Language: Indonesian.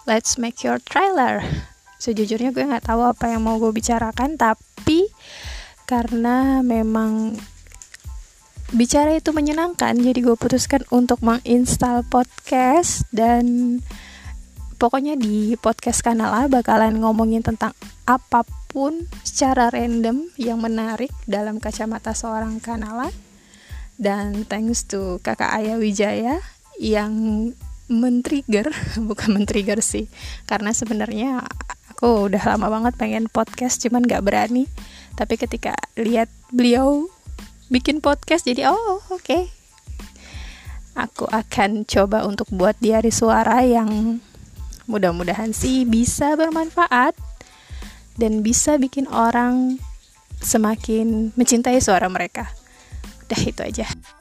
let's make your trailer. Sejujurnya gue gak tahu apa yang mau gue bicarakan, tapi karena memang bicara itu menyenangkan, jadi gue putuskan untuk menginstal podcast. Dan pokoknya di podcast Kanala bakalan ngomongin tentang apapun secara random yang menarik dalam kacamata seorang Kanala. Dan thanks to kakak Ayah Wijaya yang men-trigger, bukan men-trigger sih, karena sebenarnya aku udah lama banget pengen podcast cuman gak berani. Tapi ketika lihat beliau bikin podcast, jadi oke. Aku akan coba untuk buat diari suara yang mudah-mudahan sih bisa bermanfaat dan bisa bikin orang semakin mencintai suara mereka. Udah, itu aja.